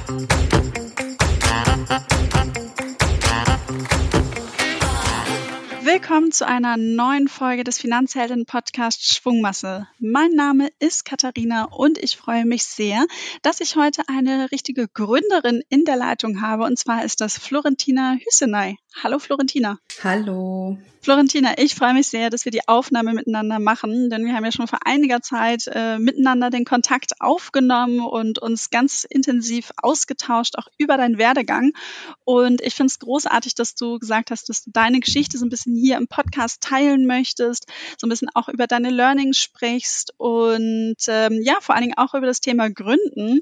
Willkommen zu einer neuen Folge des Finanzhelden-Podcasts Schwungmasse. Mein Name ist Katharina und ich freue mich sehr, dass ich heute eine richtige Gründerin in der Leitung habe. Und zwar ist das Florentina Hüsenay. Hallo Florentina. Hallo. Florentina, ich freue mich sehr, dass wir die Aufnahme miteinander machen, denn wir haben ja schon vor einiger Zeit miteinander den Kontakt aufgenommen und uns ganz intensiv ausgetauscht, auch über deinen Werdegang. Und ich finde es großartig, dass du gesagt hast, dass du deine Geschichte so ein bisschen hier im Podcast teilen möchtest, so ein bisschen auch über deine Learnings sprichst und vor allen Dingen auch über das Thema Gründen.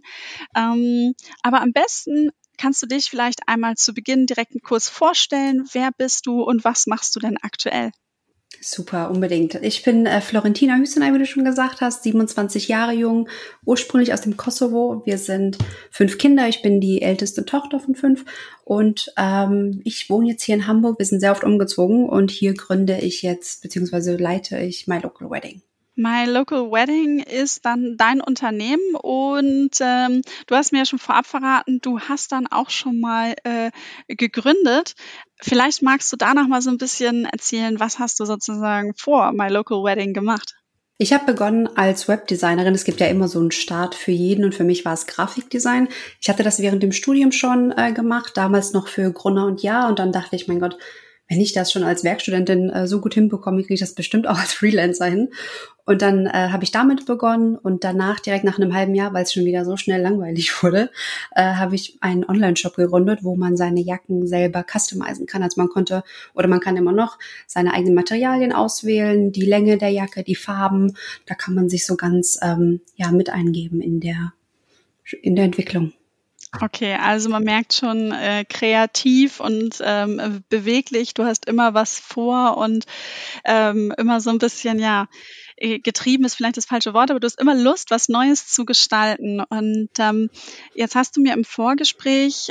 Aber am besten kannst du dich vielleicht einmal zu Beginn direkt kurz vorstellen? Wer bist du und was machst du denn aktuell? Super, unbedingt. Ich bin Florentina Hüsenay, wie du schon gesagt hast, 27 Jahre jung, ursprünglich aus dem Kosovo. Wir sind 5 Kinder. Ich bin die älteste Tochter von 5 und ich wohne jetzt hier in Hamburg. Wir sind sehr oft umgezogen und hier gründe ich jetzt, beziehungsweise leite ich My Local Wedding. My Local Wedding ist dann dein Unternehmen und du hast mir ja schon vorab verraten, du hast dann auch schon mal gegründet. Vielleicht magst du danach mal so ein bisschen erzählen, was hast du sozusagen vor My Local Wedding gemacht? Ich habe begonnen als Webdesignerin. Es gibt ja immer so einen Start für jeden und für mich war es Grafikdesign. Ich hatte das während dem Studium schon gemacht, damals noch für Gruner und Jahr und dann dachte ich, mein Gott, wenn ich das schon als Werkstudentin so gut hinbekomme, kriege ich das bestimmt auch als Freelancer hin. Und dann habe ich damit begonnen und danach, direkt nach einem halben Jahr, weil es schon wieder so schnell langweilig wurde, habe ich einen Online-Shop gegründet, wo man seine Jacken selber customizen kann. Also man kann immer noch seine eigenen Materialien auswählen, die Länge der Jacke, die Farben. Da kann man sich so ganz mit eingeben in der Entwicklung. Okay, also man merkt schon kreativ und beweglich. Du hast immer was vor und immer so ein bisschen, getrieben ist vielleicht das falsche Wort, aber du hast immer Lust, was Neues zu gestalten. Und jetzt hast du mir im Vorgespräch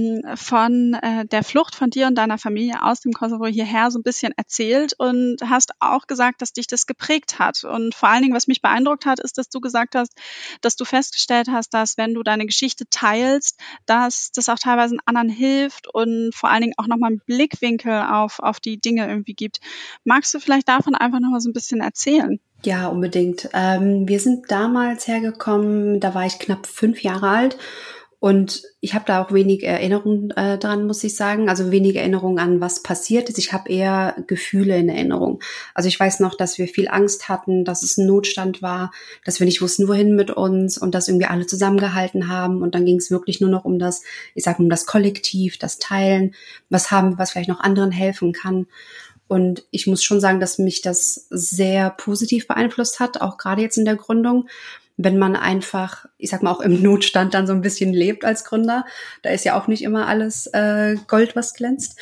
von der Flucht von dir und deiner Familie aus dem Kosovo hierher so ein bisschen erzählt und hast auch gesagt, dass dich das geprägt hat. Und vor allen Dingen, was mich beeindruckt hat, ist, dass du gesagt hast, dass du festgestellt hast, dass wenn du deine Geschichte teilst, dass das auch teilweise anderen hilft und vor allen Dingen auch nochmal einen Blickwinkel auf die Dinge irgendwie gibt. Magst du vielleicht davon einfach nochmal so ein bisschen erzählen? Ja, unbedingt. Wir sind damals hergekommen, da war ich knapp 5 Jahre alt und ich habe da auch wenig Erinnerung dran, muss ich sagen. Also wenig Erinnerung an, was passiert ist. Ich habe eher Gefühle in Erinnerung. Also ich weiß noch, dass wir viel Angst hatten, dass es ein Notstand war, dass wir nicht wussten, wohin mit uns und dass irgendwie alle zusammengehalten haben. Und dann ging es wirklich nur noch um das Kollektiv, das Teilen, was vielleicht noch anderen helfen kann. Und ich muss schon sagen, dass mich das sehr positiv beeinflusst hat, auch gerade jetzt in der Gründung, wenn man einfach, auch im Notstand dann so ein bisschen lebt als Gründer. Da ist ja auch nicht immer alles Gold, was glänzt.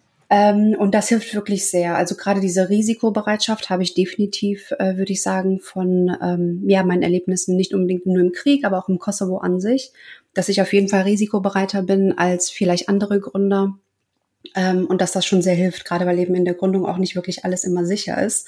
Und das hilft wirklich sehr. Also gerade diese Risikobereitschaft habe ich definitiv, würde ich sagen, von meinen Erlebnissen, nicht unbedingt nur im Krieg, aber auch im Kosovo an sich, dass ich auf jeden Fall risikobereiter bin als vielleicht andere Gründer. Und dass das schon sehr hilft, gerade weil eben in der Gründung auch nicht wirklich alles immer sicher ist.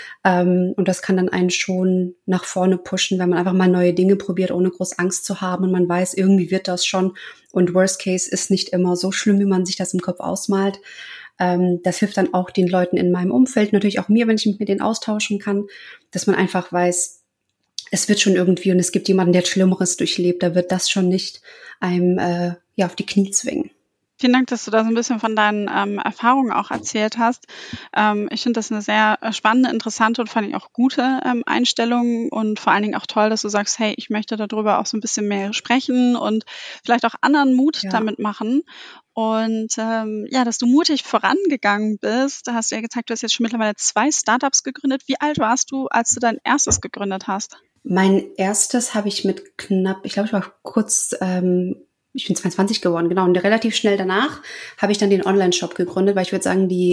Und das kann dann einen schon nach vorne pushen, wenn man einfach mal neue Dinge probiert, ohne groß Angst zu haben und man weiß, irgendwie wird das schon. Und Worst Case ist nicht immer so schlimm, wie man sich das im Kopf ausmalt. Das hilft dann auch den Leuten in meinem Umfeld, natürlich auch mir, wenn ich mich mit denen austauschen kann, dass man einfach weiß, es wird schon irgendwie und es gibt jemanden, der Schlimmeres durchlebt, da wird das schon nicht einem auf die Knie zwingen. Vielen Dank, dass du da so ein bisschen von deinen Erfahrungen auch erzählt hast. Ich finde das eine sehr spannende, interessante und vor allem auch gute Einstellung und vor allen Dingen auch toll, dass du sagst, hey, ich möchte darüber auch so ein bisschen mehr sprechen und vielleicht auch anderen Mut damit machen. Und dass du mutig vorangegangen bist. Da hast du ja gezeigt, du hast jetzt schon mittlerweile 2 Startups gegründet. Wie alt warst du, als du dein erstes gegründet hast? Mein erstes habe ich mit knapp, ich glaube, ich war kurz ich bin 22 geworden, genau. Und relativ schnell danach habe ich dann den Online-Shop gegründet, weil ich würde sagen, die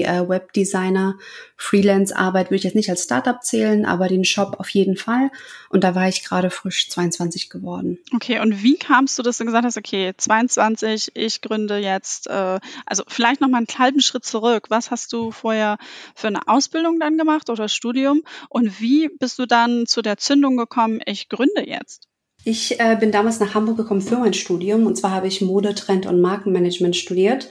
Webdesigner-Freelance-Arbeit würde ich jetzt nicht als Startup zählen, aber den Shop auf jeden Fall. Und da war ich gerade frisch 22 geworden. Okay, und wie kamst du, dass du gesagt hast, okay, 22, ich gründe jetzt, also vielleicht noch mal einen halben Schritt zurück. Was hast du vorher für eine Ausbildung dann gemacht oder Studium? Und wie bist du dann zu der Zündung gekommen, ich gründe jetzt? Ich bin damals nach Hamburg gekommen für mein Studium. Und zwar habe ich Mode, Trend und Markenmanagement studiert.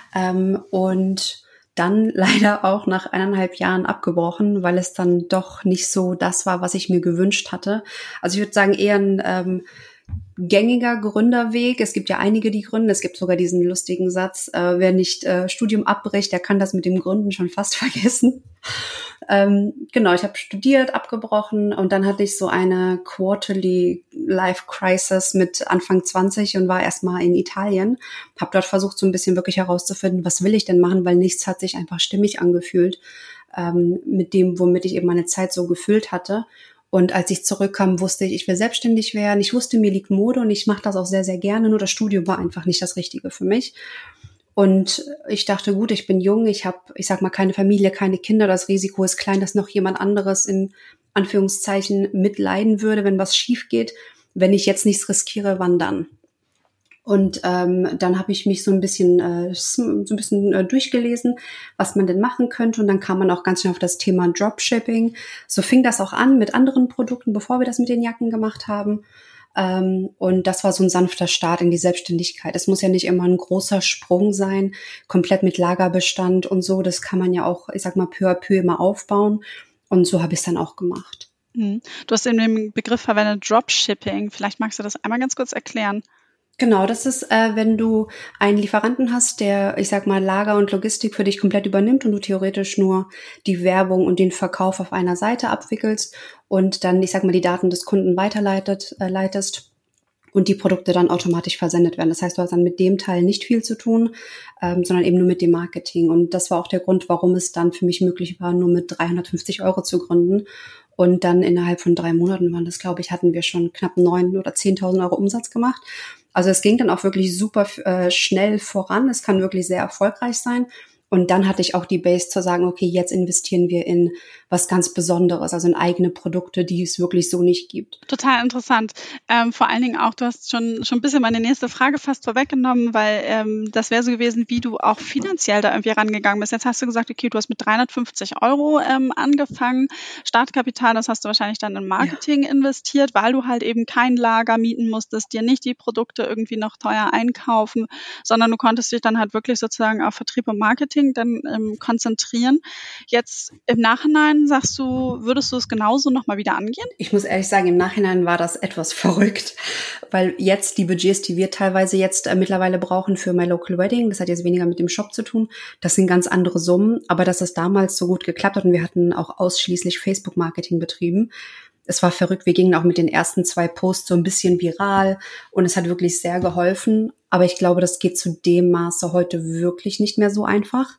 Und dann leider auch nach 1,5 Jahren abgebrochen, weil es dann doch nicht so das war, was ich mir gewünscht hatte. Also ich würde sagen, eher ein gängiger Gründerweg. Es gibt ja einige, die gründen. Es gibt sogar diesen lustigen Satz, wer nicht Studium abbricht, der kann das mit dem Gründen schon fast vergessen. Genau, ich habe studiert, abgebrochen und dann hatte ich so eine Quarterly Life Crisis mit Anfang 20 und war erstmal in Italien. Habe dort versucht, so ein bisschen wirklich herauszufinden, was will ich denn machen, weil nichts hat sich einfach stimmig angefühlt mit dem, womit ich eben meine Zeit so gefüllt hatte. Und als ich zurückkam, wusste ich, ich will selbstständig werden. Ich wusste, mir liegt Mode und ich mache das auch sehr, sehr gerne. Nur das Studium war einfach nicht das Richtige für mich. Und ich dachte, gut, ich bin jung, ich habe, ich sag mal, keine Familie, keine Kinder. Das Risiko ist klein, dass noch jemand anderes in Anführungszeichen mitleiden würde, wenn was schief geht. Wenn ich jetzt nichts riskiere, wann dann? Und dann habe ich mich so ein bisschen durchgelesen, was man denn machen könnte. Und dann kam man auch ganz schnell auf das Thema Dropshipping. So fing das auch an mit anderen Produkten, bevor wir das mit den Jacken gemacht haben. Und das war so ein sanfter Start in die Selbstständigkeit. Es muss ja nicht immer ein großer Sprung sein, komplett mit Lagerbestand und so. Das kann man ja auch, ich sag mal, peu à peu immer aufbauen. Und so habe ich es dann auch gemacht. Du hast eben den Begriff verwendet, Dropshipping. Vielleicht magst du das einmal ganz kurz erklären. Genau, das ist, wenn du einen Lieferanten hast, der, ich sag mal, Lager und Logistik für dich komplett übernimmt und du theoretisch nur die Werbung und den Verkauf auf einer Seite abwickelst und dann, ich sag mal, die Daten des Kunden leitest und die Produkte dann automatisch versendet werden. Das heißt, du hast dann mit dem Teil nicht viel zu tun, sondern eben nur mit dem Marketing. Und das war auch der Grund, warum es dann für mich möglich war, nur mit 350 € zu gründen. Und dann innerhalb von 3 Monaten waren das, glaube ich, hatten wir schon knapp 9.000 oder 10.000 € Umsatz gemacht. Also es ging dann auch wirklich super schnell voran. Es kann wirklich sehr erfolgreich sein. Und dann hatte ich auch die Base zu sagen, okay, jetzt investieren wir in was ganz Besonderes, also in eigene Produkte, die es wirklich so nicht gibt. Total interessant. Vor allen Dingen auch, du hast schon ein bisschen meine nächste Frage fast vorweggenommen, weil das wäre so gewesen, wie du auch finanziell da irgendwie rangegangen bist. Jetzt hast du gesagt, okay, du hast mit 350 € angefangen. Startkapital, das hast du wahrscheinlich dann in Marketing investiert, weil du halt eben kein Lager mieten musstest, dir nicht die Produkte irgendwie noch teuer einkaufen, sondern du konntest dich dann halt wirklich sozusagen auf Vertrieb und Marketing dann konzentrieren. Jetzt im Nachhinein sagst du, würdest du es genauso nochmal wieder angehen? Ich muss ehrlich sagen, im Nachhinein war das etwas verrückt, weil jetzt die Budgets, die wir teilweise jetzt mittlerweile brauchen für My Local Wedding, das hat jetzt weniger mit dem Shop zu tun, das sind ganz andere Summen, aber dass es damals so gut geklappt hat und wir hatten auch ausschließlich Facebook-Marketing betrieben. Es war verrückt, wir gingen auch mit den ersten 2 Posts so ein bisschen viral und es hat wirklich sehr geholfen. Aber ich glaube, das geht zu dem Maße heute wirklich nicht mehr so einfach.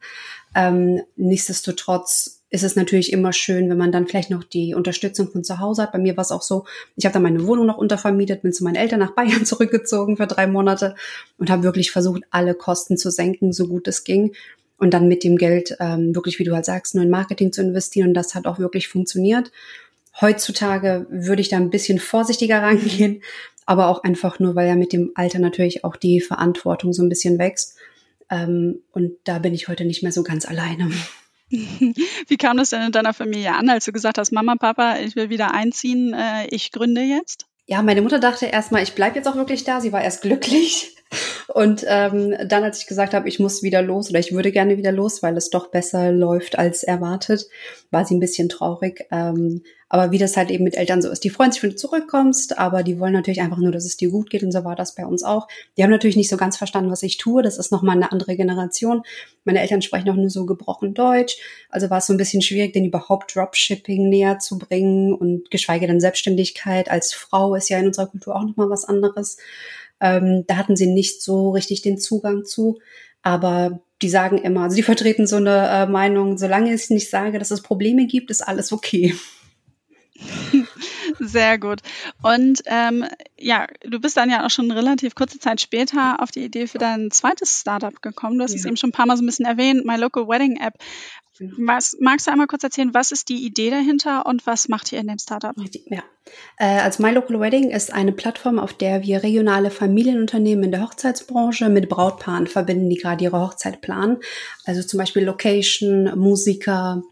Nichtsdestotrotz ist es natürlich immer schön, wenn man dann vielleicht noch die Unterstützung von zu Hause hat. Bei mir war es auch so, ich habe dann meine Wohnung noch untervermietet, bin zu meinen Eltern nach Bayern zurückgezogen für 3 Monate und habe wirklich versucht, alle Kosten zu senken, so gut es ging. Und dann mit dem Geld wirklich, wie du halt sagst, nur in Marketing zu investieren. Und das hat auch wirklich funktioniert. Heutzutage würde ich da ein bisschen vorsichtiger rangehen, aber auch einfach nur, weil ja mit dem Alter natürlich auch die Verantwortung so ein bisschen wächst. Und da bin ich heute nicht mehr so ganz alleine. Wie kam das denn in deiner Familie an, als du gesagt hast, Mama, Papa, ich will wieder einziehen, ich gründe jetzt? Ja, meine Mutter dachte erstmal, ich bleibe jetzt auch wirklich da. Sie war erst glücklich. Und dann, als ich gesagt habe, ich muss wieder los oder ich würde gerne wieder los, weil es doch besser läuft als erwartet, war sie ein bisschen traurig. Aber wie das halt eben mit Eltern so ist, die freuen sich, wenn du zurückkommst, aber die wollen natürlich einfach nur, dass es dir gut geht und so war das bei uns auch. Die haben natürlich nicht so ganz verstanden, was ich tue. Das ist nochmal eine andere Generation. Meine Eltern sprechen auch nur so gebrochen Deutsch. Also war es so ein bisschen schwierig, denen überhaupt Dropshipping näher zu bringen und geschweige denn Selbstständigkeit. Als Frau ist ja in unserer Kultur auch nochmal was anderes. Da hatten sie nicht so richtig den Zugang zu, aber die sagen immer, also die vertreten so eine Meinung, solange ich nicht sage, dass es Probleme gibt, ist alles okay. Sehr gut. Und ja, du bist dann ja auch schon relativ kurze Zeit später auf die Idee für dein zweites Startup gekommen. Du hast es eben schon ein paar Mal so ein bisschen erwähnt, My Local Wedding App. Magst du einmal kurz erzählen, was ist die Idee dahinter und was macht ihr in dem Startup? Ja, also My Local Wedding ist eine Plattform, auf der wir regionale Familienunternehmen in der Hochzeitsbranche mit Brautpaaren verbinden, die gerade ihre Hochzeit planen. Also zum Beispiel Location, Musiker,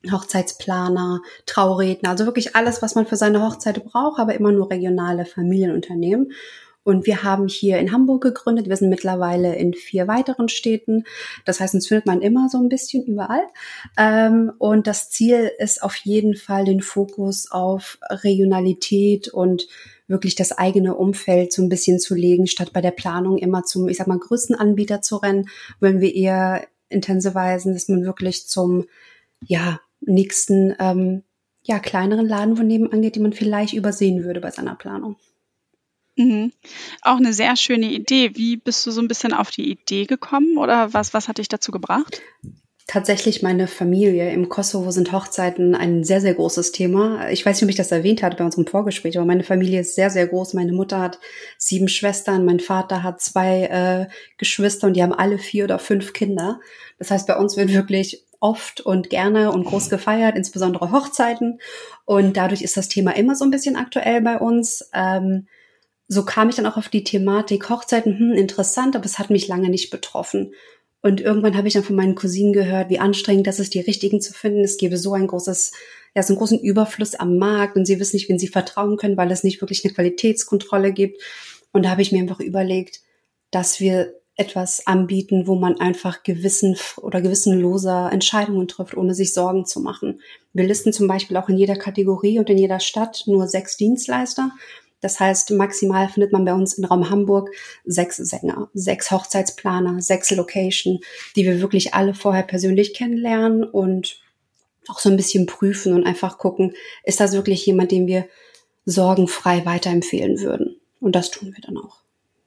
Hochzeitsplaner, Trauredner, also wirklich alles, was man für seine Hochzeit braucht, aber immer nur regionale Familienunternehmen. Und wir haben hier in Hamburg gegründet. Wir sind mittlerweile in 4 weiteren Städten. Das heißt, uns findet man immer so ein bisschen überall. Und das Ziel ist auf jeden Fall, den Fokus auf Regionalität und wirklich das eigene Umfeld so ein bisschen zu legen, statt bei der Planung immer zum, ich sag mal, größten Anbieter zu rennen, wollen wir eher intensivieren, dass man wirklich zum, nächsten, kleineren Laden von nebenan geht, die man vielleicht übersehen würde bei seiner Planung. Mhm. Auch eine sehr schöne Idee. Wie bist du so ein bisschen auf die Idee gekommen oder was hat dich dazu gebracht? Tatsächlich meine Familie. Im Kosovo sind Hochzeiten ein sehr, sehr großes Thema. Ich weiß nicht, ob ich das erwähnt hatte bei unserem Vorgespräch, aber meine Familie ist sehr, sehr groß. Meine Mutter hat 7 Schwestern, mein Vater hat 2 Geschwister und die haben alle 4 oder 5 Kinder. Das heißt, bei uns wird wirklich oft und gerne und groß gefeiert, insbesondere Hochzeiten. Und dadurch ist das Thema immer so ein bisschen aktuell bei uns. So kam ich dann auch auf die Thematik Hochzeiten, interessant, aber es hat mich lange nicht betroffen. Und irgendwann habe ich dann von meinen Cousinen gehört, wie anstrengend das ist, die richtigen zu finden. Es gäbe so einen großen Überfluss am Markt und sie wissen nicht, wen sie vertrauen können, weil es nicht wirklich eine Qualitätskontrolle gibt. Und da habe ich mir einfach überlegt, dass wir etwas anbieten, wo man einfach gewissenloser Entscheidungen trifft, ohne sich Sorgen zu machen. Wir listen zum Beispiel auch in jeder Kategorie und in jeder Stadt nur 6 Dienstleister. Das heißt, maximal findet man bei uns im Raum Hamburg 6 Sänger, 6 Hochzeitsplaner, 6 Location, die wir wirklich alle vorher persönlich kennenlernen und auch so ein bisschen prüfen und einfach gucken, ist das wirklich jemand, den wir sorgenfrei weiterempfehlen würden? Und das tun wir dann auch.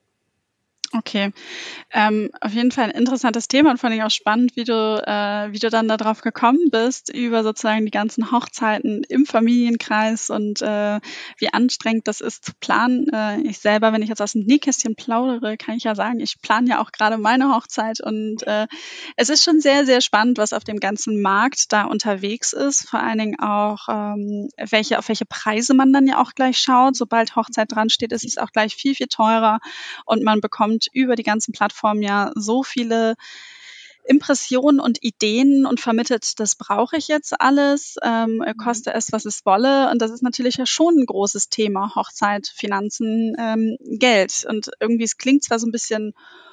Okay, auf jeden Fall ein interessantes Thema und fand ich auch spannend, wie du dann darauf gekommen bist, über sozusagen die ganzen Hochzeiten im Familienkreis und wie anstrengend das ist zu planen. Ich selber, wenn ich jetzt aus dem Nähkästchen plaudere, kann ich ja sagen, ich plane ja auch gerade meine Hochzeit und es ist schon sehr, sehr spannend, was auf dem ganzen Markt da unterwegs ist. Vor allen Dingen auch, auf welche Preise man dann ja auch gleich schaut. Sobald Hochzeit dran steht, ist es auch gleich viel, viel teurer und man bekommt über die ganzen Plattformen ja so viele Impressionen und Ideen und vermittelt, das brauche ich jetzt alles, koste es, was es wolle. Und das ist natürlich ja schon ein großes Thema, Hochzeit, Finanzen, Geld. Und irgendwie, es klingt zwar so ein bisschen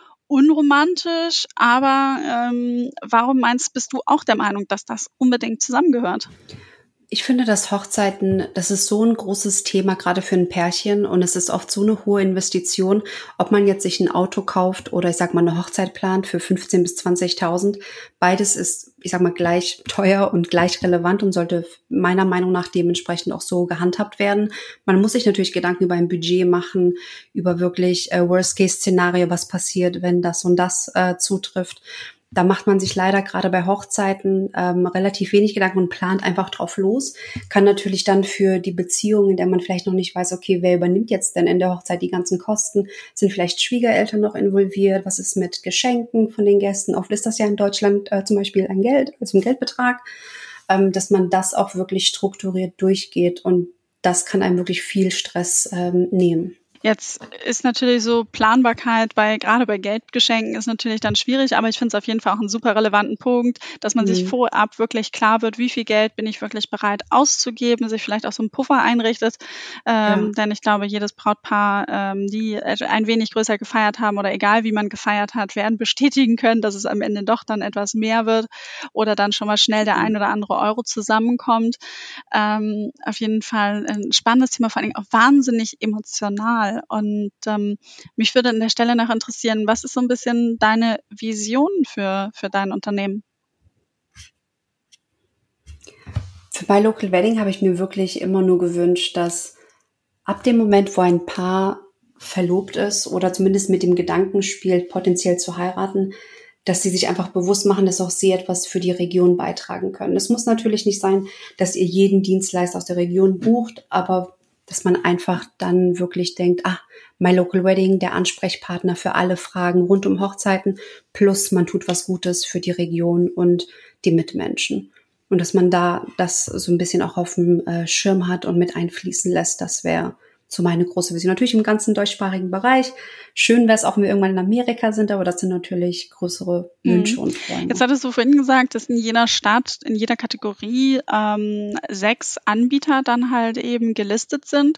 unromantisch, aber warum bist du auch der Meinung, dass das unbedingt zusammengehört? Ich finde, dass Hochzeiten, das ist so ein großes Thema, gerade für ein Pärchen. Und es ist oft so eine hohe Investition, ob man jetzt sich ein Auto kauft oder ich sag mal eine Hochzeit plant für 15.000 bis 20.000. Beides ist, ich sag mal, gleich teuer und gleich relevant und sollte meiner Meinung nach dementsprechend auch so gehandhabt werden. Man muss sich natürlich Gedanken über ein Budget machen, über wirklich Worst-Case-Szenario, was passiert, wenn das und das zutrifft. Da macht man sich leider gerade bei Hochzeiten relativ wenig Gedanken und plant einfach drauf los. Kann natürlich dann für die Beziehung, in der man vielleicht noch nicht weiß, okay, wer übernimmt jetzt denn in der Hochzeit die ganzen Kosten? Sind vielleicht Schwiegereltern noch involviert? Was ist mit Geschenken von den Gästen? Oft ist das ja in Deutschland zum Beispiel ein Geldbetrag, dass man das auch wirklich strukturiert durchgeht und das kann einem wirklich viel Stress nehmen. Jetzt ist natürlich so Planbarkeit gerade bei Geldgeschenken ist natürlich dann schwierig, aber ich finde es auf jeden Fall auch einen super relevanten Punkt, dass man sich vorab wirklich klar wird, wie viel Geld bin ich wirklich bereit auszugeben, sich vielleicht auch so einen Puffer einrichtet, denn ich glaube, jedes Brautpaar, die ein wenig größer gefeiert haben oder egal wie man gefeiert hat, werden bestätigen können, dass es am Ende doch dann etwas mehr wird oder dann schon mal schnell der ein oder andere Euro zusammenkommt. Auf jeden Fall ein spannendes Thema, vor allem auch wahnsinnig emotional. Und mich würde an der Stelle noch interessieren, was ist so ein bisschen deine Vision für dein Unternehmen? Für My Local Wedding habe ich mir wirklich immer nur gewünscht, dass ab dem Moment, wo ein Paar verlobt ist oder zumindest mit dem Gedanken spielt, potenziell zu heiraten, dass sie sich einfach bewusst machen, dass auch sie etwas für die Region beitragen können. Es muss natürlich nicht sein, dass ihr jeden Dienstleister aus der Region bucht, aber dass man einfach dann wirklich denkt, My Local Wedding, der Ansprechpartner für alle Fragen rund um Hochzeiten, plus man tut was Gutes für die Region und die Mitmenschen. Und dass man da das so ein bisschen auch auf dem Schirm hat und mit einfließen lässt, das wäre so meine große Vision. Natürlich im ganzen deutschsprachigen Bereich. Schön wäre es auch, wenn wir irgendwann in Amerika sind, aber das sind natürlich größere Wünsche und Träume. Jetzt hattest du vorhin gesagt, dass in jeder Stadt, in jeder Kategorie 6 Anbieter dann halt eben gelistet sind.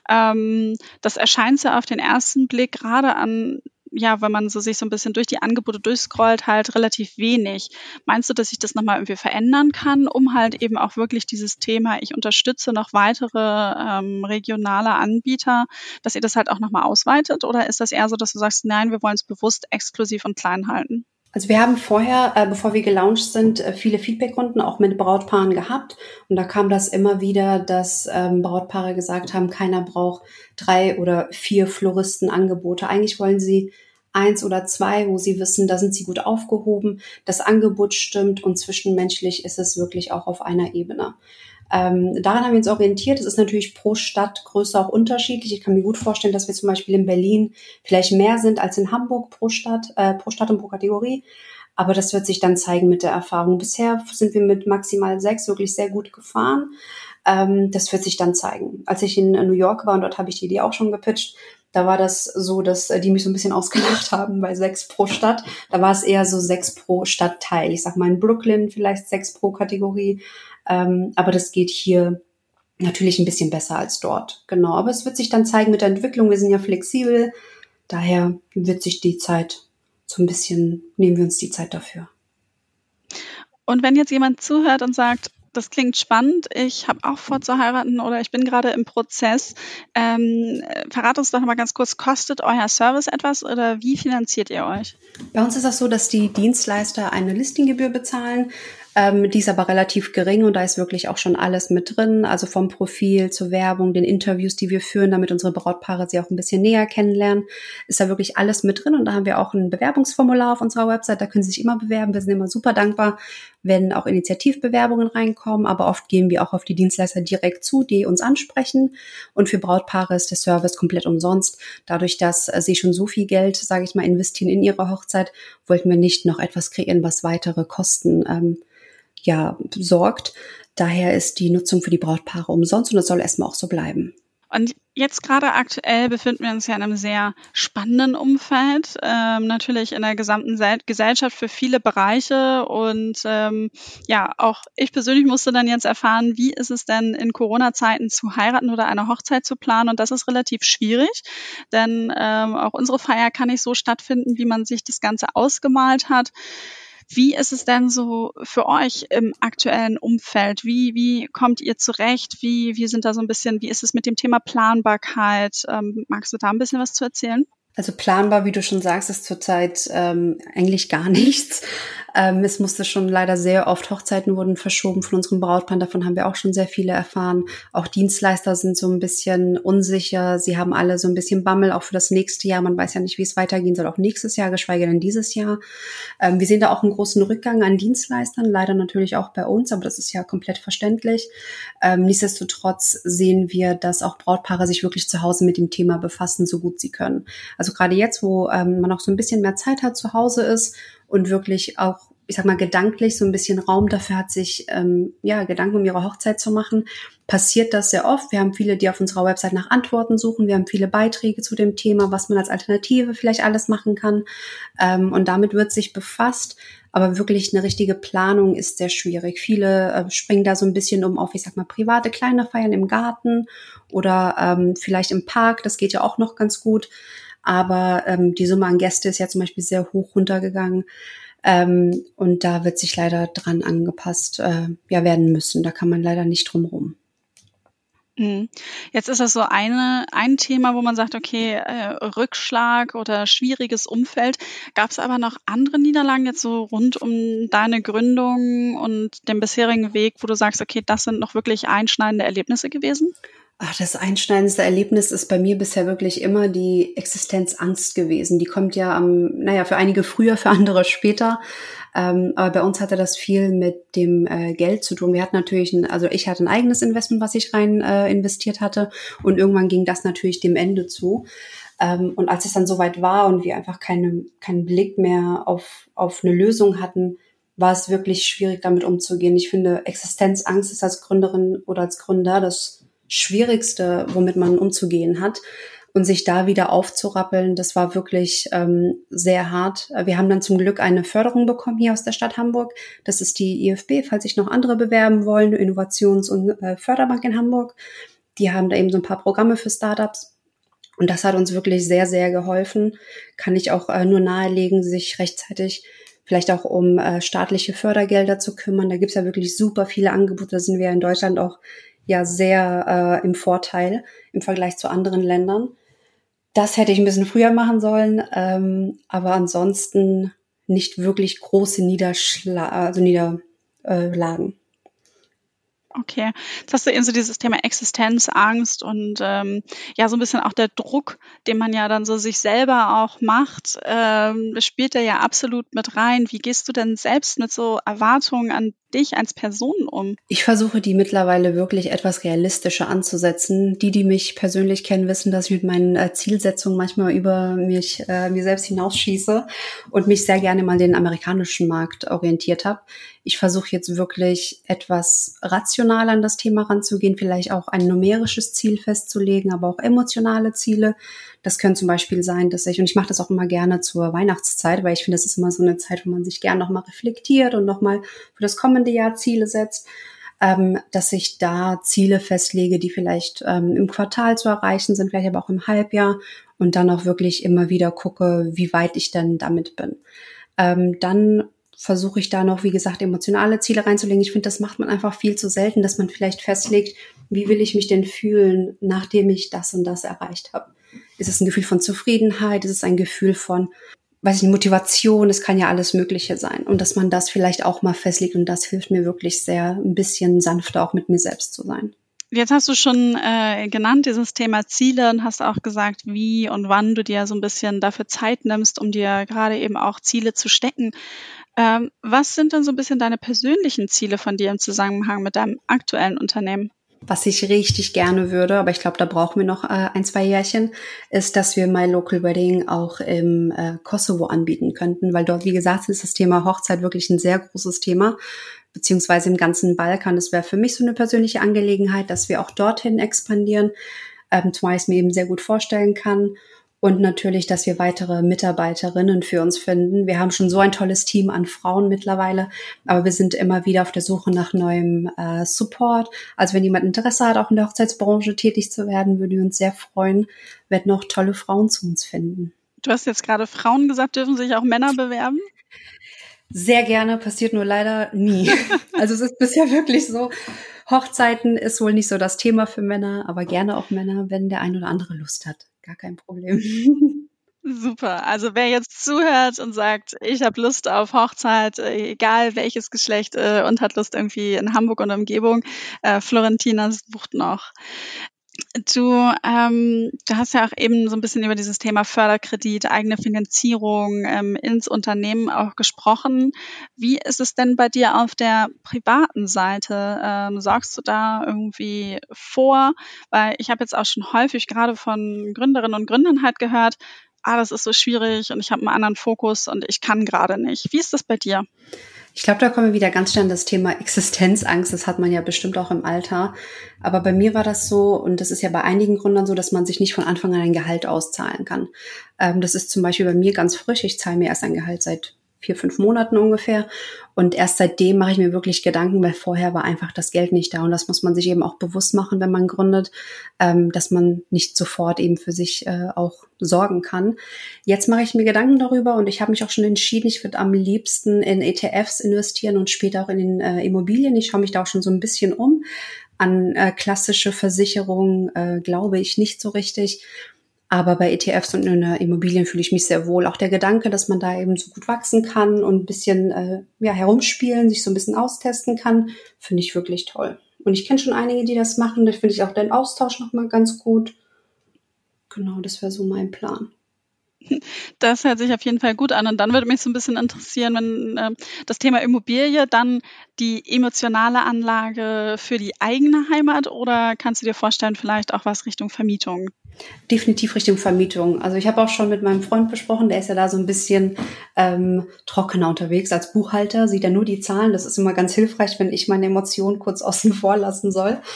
Das erscheint ja auf den ersten Blick gerade an, ja, wenn man sich so ein bisschen durch die Angebote durchscrollt, halt relativ wenig. Meinst du, dass sich das nochmal irgendwie verändern kann, um halt eben auch wirklich dieses Thema, ich unterstütze noch weitere regionale Anbieter, dass ihr das halt auch nochmal ausweitet? Oder ist das eher so, dass du sagst, nein, wir wollen es bewusst exklusiv und klein halten? Also wir haben vorher, bevor wir gelauncht sind, viele Feedbackrunden auch mit Brautpaaren gehabt. Und da kam das immer wieder, dass Brautpaare gesagt haben, keiner braucht 3 oder 4 Floristenangebote. Eigentlich wollen sie 1 oder 2, wo sie wissen, da sind sie gut aufgehoben, das Angebot stimmt und zwischenmenschlich ist es wirklich auch auf einer Ebene. Daran haben wir uns orientiert. Es ist natürlich pro Stadtgröße auch unterschiedlich. Ich kann mir gut vorstellen, dass wir zum Beispiel in Berlin vielleicht mehr sind als in Hamburg pro Stadt und pro Kategorie. Aber das wird sich dann zeigen mit der Erfahrung. Bisher sind wir mit maximal 6 wirklich sehr gut gefahren. Das wird sich dann zeigen. Als ich in New York war, und dort habe ich die Idee auch schon gepitcht, da war das so, dass die mich so ein bisschen ausgelacht haben bei 6 pro Stadt. Da war es eher so 6 pro Stadtteil. Ich sag mal in Brooklyn vielleicht 6 pro Kategorie. Aber das geht hier natürlich ein bisschen besser als dort. Genau, aber es wird sich dann zeigen mit der Entwicklung. Wir sind ja flexibel. Daher wird sich die Zeit so ein bisschen, nehmen wir uns die Zeit dafür. Und wenn jetzt jemand zuhört und sagt, das klingt spannend, ich habe auch vor zu heiraten oder ich bin gerade im Prozess, verrat uns doch noch mal ganz kurz, kostet euer Service etwas oder wie finanziert ihr euch? Bei uns ist das so, dass die Dienstleister eine Listinggebühr bezahlen. Die ist aber relativ gering und da ist wirklich auch schon alles mit drin, also vom Profil zur Werbung, den Interviews, die wir führen, damit unsere Brautpaare sie auch ein bisschen näher kennenlernen, ist da wirklich alles mit drin und da haben wir auch ein Bewerbungsformular auf unserer Website, da können Sie sich immer bewerben, wir sind immer super dankbar, wenn auch Initiativbewerbungen reinkommen, aber oft gehen wir auch auf die Dienstleister direkt zu, die uns ansprechen und für Brautpaare ist der Service komplett umsonst. Dadurch, dass sie schon so viel Geld, sage ich mal, investieren in ihre Hochzeit, wollten wir nicht noch etwas kreieren, was weitere Kosten sorgt. Daher ist die Nutzung für die Brautpaare umsonst und das soll erstmal auch so bleiben. Und jetzt gerade aktuell befinden wir uns ja in einem sehr spannenden Umfeld, natürlich in der gesamten Gesellschaft für viele Bereiche. Und auch ich persönlich musste dann jetzt erfahren, wie ist es denn in Corona-Zeiten zu heiraten oder eine Hochzeit zu planen. Und das ist relativ schwierig, denn auch unsere Feier kann nicht so stattfinden, wie man sich das Ganze ausgemalt hat. Wie ist es denn so für euch im aktuellen Umfeld? Wie kommt ihr zurecht? Wie sind da so ein bisschen, wie ist es mit dem Thema Planbarkeit? Magst du da ein bisschen was zu erzählen? Also planbar, wie du schon sagst, ist zurzeit eigentlich gar nichts. Es musste schon leider sehr oft, Hochzeiten wurden verschoben von unserem Brautpaar, davon haben wir auch schon sehr viele erfahren. Auch Dienstleister sind so ein bisschen unsicher, sie haben alle so ein bisschen Bammel, auch für das nächste Jahr. Man weiß ja nicht, wie es weitergehen soll, auch nächstes Jahr, geschweige denn dieses Jahr. Wir sehen da auch einen großen Rückgang an Dienstleistern, leider natürlich auch bei uns, aber das ist ja komplett verständlich. Nichtsdestotrotz sehen wir, dass auch Brautpaare sich wirklich zu Hause mit dem Thema befassen, so gut sie können. Also gerade jetzt, wo man auch so ein bisschen mehr Zeit hat, zu Hause ist und wirklich auch, ich sag mal, gedanklich so ein bisschen Raum dafür hat, sich Gedanken um ihre Hochzeit zu machen, passiert das sehr oft. Wir haben viele, die auf unserer Website nach Antworten suchen. Wir haben viele Beiträge zu dem Thema, was man als Alternative vielleicht alles machen kann. Und damit wird sich befasst. Aber wirklich eine richtige Planung ist sehr schwierig. Viele springen da so ein bisschen auf, ich sag mal, private kleine Feiern im Garten oder vielleicht im Park. Das geht ja auch noch ganz gut. Aber die Summe an Gäste ist ja zum Beispiel sehr hoch runtergegangen. Und da wird sich leider dran angepasst werden müssen. Da kann man leider nicht drum rum. Jetzt ist das so ein Thema, wo man sagt, okay, Rückschlag oder schwieriges Umfeld. Gab es aber noch andere Niederlagen jetzt so rund um deine Gründung und den bisherigen Weg, wo du sagst, okay, das sind noch wirklich einschneidende Erlebnisse gewesen? Das einschneidendste Erlebnis ist bei mir bisher wirklich immer die Existenzangst gewesen. Die kommt ja für einige früher, für andere später. Aber bei uns hatte das viel mit dem Geld zu tun. Wir hatten natürlich ich hatte ein eigenes Investment, was ich rein investiert hatte. Und irgendwann ging das natürlich dem Ende zu. Und als es dann soweit war und wir einfach keinen Blick mehr auf eine Lösung hatten, war es wirklich schwierig, damit umzugehen. Ich finde, Existenzangst ist als Gründerin oder als Gründer das Schwierigste, womit man umzugehen hat. Und sich da wieder aufzurappeln, das war wirklich sehr hart. Wir haben dann zum Glück eine Förderung bekommen hier aus der Stadt Hamburg. Das ist die IFB, falls sich noch andere bewerben wollen, Innovations- und Förderbank in Hamburg. Die haben da eben so ein paar Programme für Startups. Und das hat uns wirklich sehr, sehr geholfen. Kann ich auch nur nahelegen, sich rechtzeitig vielleicht auch um staatliche Fördergelder zu kümmern. Da gibt's ja wirklich super viele Angebote. Da sind wir in Deutschland auch ja sehr im Vorteil im Vergleich zu anderen Ländern. Das hätte ich ein bisschen früher machen sollen, aber ansonsten nicht wirklich große Niederlagen. Okay, jetzt hast du eben so dieses Thema Existenzangst und ja, so ein bisschen auch der Druck, den man ja dann so sich selber auch macht, spielt da ja absolut mit rein. Wie gehst du denn selbst mit so Erwartungen an dich als Person um? Ich versuche, die mittlerweile wirklich etwas realistischer anzusetzen. Die mich persönlich kennen, wissen, dass ich mit meinen Zielsetzungen manchmal über mir selbst hinausschieße und mich sehr gerne mal den amerikanischen Markt orientiert habe. Ich versuche jetzt wirklich etwas rational an das Thema ranzugehen, vielleicht auch ein numerisches Ziel festzulegen, aber auch emotionale Ziele. Das können zum Beispiel sein, und ich mache das auch immer gerne zur Weihnachtszeit, weil ich finde, das ist immer so eine Zeit, wo man sich gerne nochmal reflektiert und nochmal für das kommende Jahr Ziele setzt, dass ich da Ziele festlege, die vielleicht im Quartal zu erreichen sind, vielleicht aber auch im Halbjahr und dann auch wirklich immer wieder gucke, wie weit ich denn damit bin. Dann versuche ich da noch, wie gesagt, emotionale Ziele reinzulegen. Ich finde, das macht man einfach viel zu selten, dass man vielleicht festlegt, wie will ich mich denn fühlen, nachdem ich das und das erreicht habe. Ist es ein Gefühl von Zufriedenheit? Ist es ein Gefühl von, Motivation? Es kann ja alles Mögliche sein. Und dass man das vielleicht auch mal festlegt. Und das hilft mir wirklich sehr, ein bisschen sanfter auch mit mir selbst zu sein. Jetzt hast du schon genannt, dieses Thema Ziele und hast auch gesagt, wie und wann du dir so ein bisschen dafür Zeit nimmst, um dir gerade eben auch Ziele zu stecken. Was sind denn so ein bisschen deine persönlichen Ziele von dir im Zusammenhang mit deinem aktuellen Unternehmen? Was ich richtig gerne würde, aber ich glaube, da brauchen wir noch 1-2 Jährchen, ist, dass wir My Local Wedding auch im Kosovo anbieten könnten, weil dort, wie gesagt, ist das Thema Hochzeit wirklich ein sehr großes Thema, beziehungsweise im ganzen Balkan. Das wäre für mich so eine persönliche Angelegenheit, dass wir auch dorthin expandieren, zumal ich es mir eben sehr gut vorstellen kann. Und natürlich, dass wir weitere Mitarbeiterinnen für uns finden. Wir haben schon so ein tolles Team an Frauen mittlerweile, aber wir sind immer wieder auf der Suche nach neuem Support. Also wenn jemand Interesse hat, auch in der Hochzeitsbranche tätig zu werden, würden wir uns sehr freuen, werden noch tolle Frauen zu uns finden. Du hast jetzt gerade Frauen gesagt, dürfen sich auch Männer bewerben? Sehr gerne, passiert nur leider nie. Also es ist bisher wirklich so, Hochzeiten ist wohl nicht so das Thema für Männer, aber gerne auch Männer, wenn der ein oder andere Lust hat. Gar kein Problem. Super. Also wer jetzt zuhört und sagt, ich habe Lust auf Hochzeit, egal welches Geschlecht, und hat Lust irgendwie in Hamburg und Umgebung, Florentina sucht noch. Du hast ja auch eben so ein bisschen über dieses Thema Förderkredit, eigene Finanzierung ins Unternehmen auch gesprochen. Wie ist es denn bei dir auf der privaten Seite? Sorgst du da irgendwie vor? Weil ich habe jetzt auch schon häufig gerade von Gründerinnen und Gründern halt gehört, das ist so schwierig und ich habe einen anderen Fokus und ich kann gerade nicht. Wie ist das bei dir? Ich glaube, da kommen wir wieder ganz schnell an das Thema Existenzangst. Das hat man ja bestimmt auch im Alter. Aber bei mir war das so, und das ist ja bei einigen Gründern so, dass man sich nicht von Anfang an ein Gehalt auszahlen kann. Das ist zum Beispiel bei mir ganz frisch. Ich zahle mir erst ein Gehalt seit 4-5 Monaten ungefähr. Und erst seitdem mache ich mir wirklich Gedanken, weil vorher war einfach das Geld nicht da. Und das muss man sich eben auch bewusst machen, wenn man gründet, dass man nicht sofort eben für sich auch sorgen kann. Jetzt mache ich mir Gedanken darüber und ich habe mich auch schon entschieden, ich würde am liebsten in ETFs investieren und später auch in den Immobilien. Ich schaue mich da auch schon so ein bisschen um. An klassische Versicherungen glaube ich nicht so richtig. Aber bei ETFs und in Immobilien fühle ich mich sehr wohl. Auch der Gedanke, dass man da eben so gut wachsen kann und ein bisschen herumspielen, sich so ein bisschen austesten kann, finde ich wirklich toll. Und ich kenne schon einige, die das machen. Da finde ich auch den Austausch nochmal ganz gut. Genau, das wäre so mein Plan. Das hört sich auf jeden Fall gut an. Und dann würde mich so ein bisschen interessieren, wenn das Thema Immobilie, dann die emotionale Anlage für die eigene Heimat oder kannst du dir vorstellen, vielleicht auch was Richtung Vermietung? Definitiv Richtung Vermietung. Also ich habe auch schon mit meinem Freund besprochen, der ist ja da so ein bisschen trockener unterwegs. Als Buchhalter sieht er nur die Zahlen. Das ist immer ganz hilfreich, wenn ich meine Emotionen kurz außen vor lassen soll.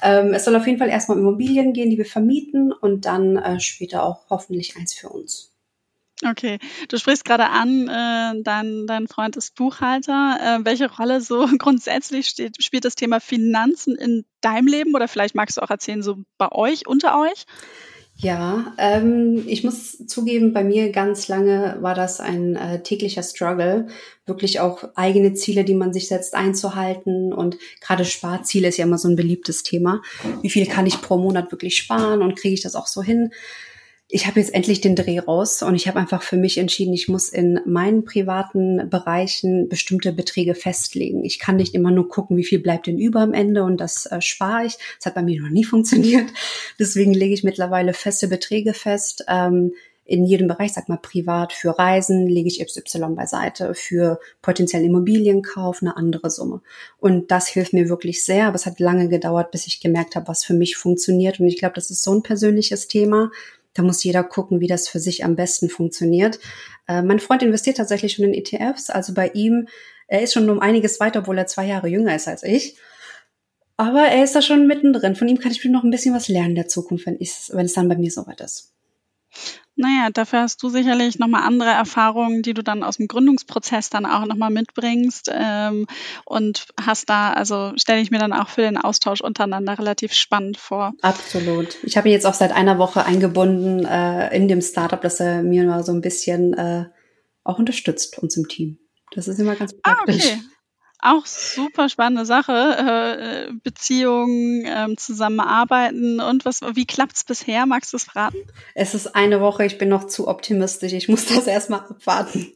Es soll auf jeden Fall erstmal um Immobilien gehen, die wir vermieten und dann später auch hoffentlich eins für uns. Okay, du sprichst gerade an, dein Freund ist Buchhalter. Welche Rolle so grundsätzlich spielt das Thema Finanzen in deinem Leben? Oder vielleicht magst du auch erzählen, so bei euch, unter euch? Ja, ich muss zugeben, bei mir ganz lange war das ein täglicher Struggle, wirklich auch eigene Ziele, die man sich setzt, einzuhalten. Und gerade Sparziele ist ja immer so ein beliebtes Thema. Wie viel kann ich pro Monat wirklich sparen und kriege ich das auch so hin? Ich habe jetzt endlich den Dreh raus und ich habe einfach für mich entschieden, ich muss in meinen privaten Bereichen bestimmte Beträge festlegen. Ich kann nicht immer nur gucken, wie viel bleibt denn über am Ende und das spare ich. Das hat bei mir noch nie funktioniert. Deswegen lege ich mittlerweile feste Beträge fest. In jedem Bereich, sag mal privat, für Reisen lege ich XY beiseite, für potenziellen Immobilienkauf eine andere Summe. Und das hilft mir wirklich sehr, aber es hat lange gedauert, bis ich gemerkt habe, was für mich funktioniert. Und ich glaube, das ist so ein persönliches Thema. Da muss jeder gucken, wie das für sich am besten funktioniert. Mein Freund investiert tatsächlich schon in ETFs. Also bei ihm, er ist schon um einiges weiter, obwohl er 2 Jahre jünger ist als ich. Aber er ist da schon mittendrin. Von ihm kann ich noch ein bisschen was lernen in der Zukunft, wenn es dann bei mir soweit ist. Naja, dafür hast du sicherlich nochmal andere Erfahrungen, die du dann aus dem Gründungsprozess dann auch nochmal mitbringst und hast da, also stelle ich mir dann auch für den Austausch untereinander relativ spannend vor. Absolut. Ich habe ihn jetzt auch seit einer Woche eingebunden in dem Startup, dass er mir mal so ein bisschen auch unterstützt, uns im Team. Das ist immer ganz praktisch. Okay. Auch super spannende Sache, Beziehungen, Zusammenarbeiten und wie klappt's bisher? Magst du es verraten? Es ist eine Woche, ich bin noch zu optimistisch. Ich muss das erstmal abwarten.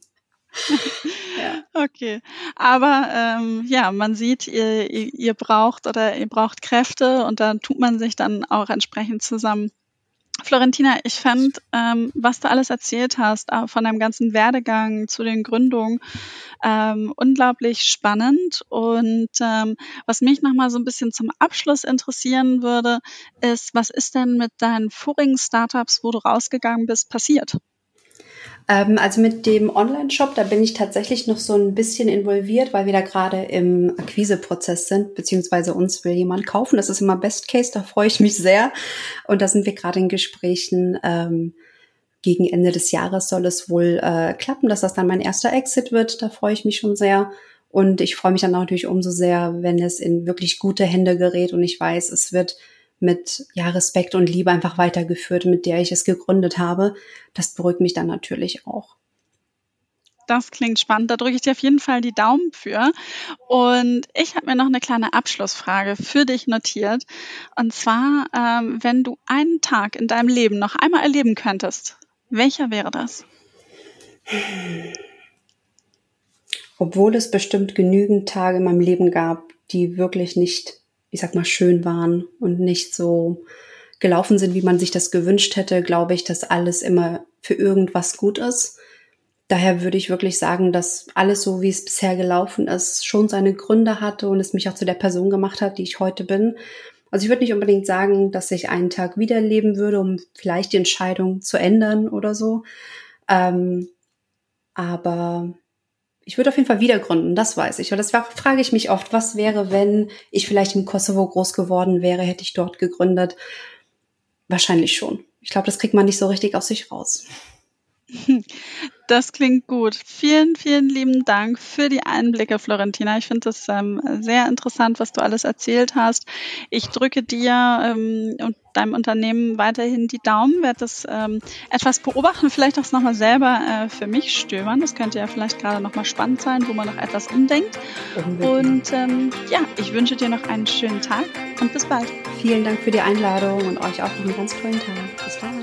Ja. Okay, aber ja, man sieht, ihr braucht Kräfte und da tut man sich dann auch entsprechend zusammen. Florentina, ich fand, was du alles erzählt hast, von deinem ganzen Werdegang zu den Gründungen, unglaublich spannend. Und was mich nochmal so ein bisschen zum Abschluss interessieren würde, ist, was ist denn mit deinen vorigen Startups, wo du rausgegangen bist, passiert? Also mit dem Online-Shop, da bin ich tatsächlich noch so ein bisschen involviert, weil wir da gerade im Akquiseprozess sind, beziehungsweise uns will jemand kaufen. Das ist immer Best Case, da freue ich mich sehr. Und da sind wir gerade in Gesprächen. Gegen Ende des Jahres soll es wohl klappen, dass das dann mein erster Exit wird. Da freue ich mich schon sehr. Und ich freue mich dann auch natürlich umso sehr, wenn es in wirklich gute Hände gerät und ich weiß, es wird mit Respekt und Liebe einfach weitergeführt, mit der ich es gegründet habe. Das beruhigt mich dann natürlich auch. Das klingt spannend. Da drücke ich dir auf jeden Fall die Daumen für. Und ich habe mir noch eine kleine Abschlussfrage für dich notiert. Und zwar, wenn du einen Tag in deinem Leben noch einmal erleben könntest, welcher wäre das? Obwohl es bestimmt genügend Tage in meinem Leben gab, die wirklich nicht, ich sag mal, schön waren und nicht so gelaufen sind, wie man sich das gewünscht hätte, glaube ich, dass alles immer für irgendwas gut ist. Daher würde ich wirklich sagen, dass alles so, wie es bisher gelaufen ist, schon seine Gründe hatte und es mich auch zu der Person gemacht hat, die ich heute bin. Also ich würde nicht unbedingt sagen, dass ich einen Tag wieder leben würde, um vielleicht die Entscheidung zu ändern oder so. Aber ich würde auf jeden Fall wieder gründen, das weiß ich. Und das frage ich mich oft, was wäre, wenn ich vielleicht im Kosovo groß geworden wäre, hätte ich dort gegründet? Wahrscheinlich schon. Ich glaube, das kriegt man nicht so richtig aus sich raus. Das klingt gut. Vielen, vielen lieben Dank für die Einblicke, Florentina. Ich finde das sehr interessant, was du alles erzählt hast. Ich drücke dir und deinem Unternehmen weiterhin die Daumen, werde das etwas beobachten, vielleicht auch nochmal selber für mich stöbern. Das könnte ja vielleicht gerade nochmal spannend sein, wo man noch etwas umdenkt. Und ja, ich wünsche dir noch einen schönen Tag und bis bald. Vielen Dank für die Einladung und euch auch noch einen ganz tollen Tag. Bis dann.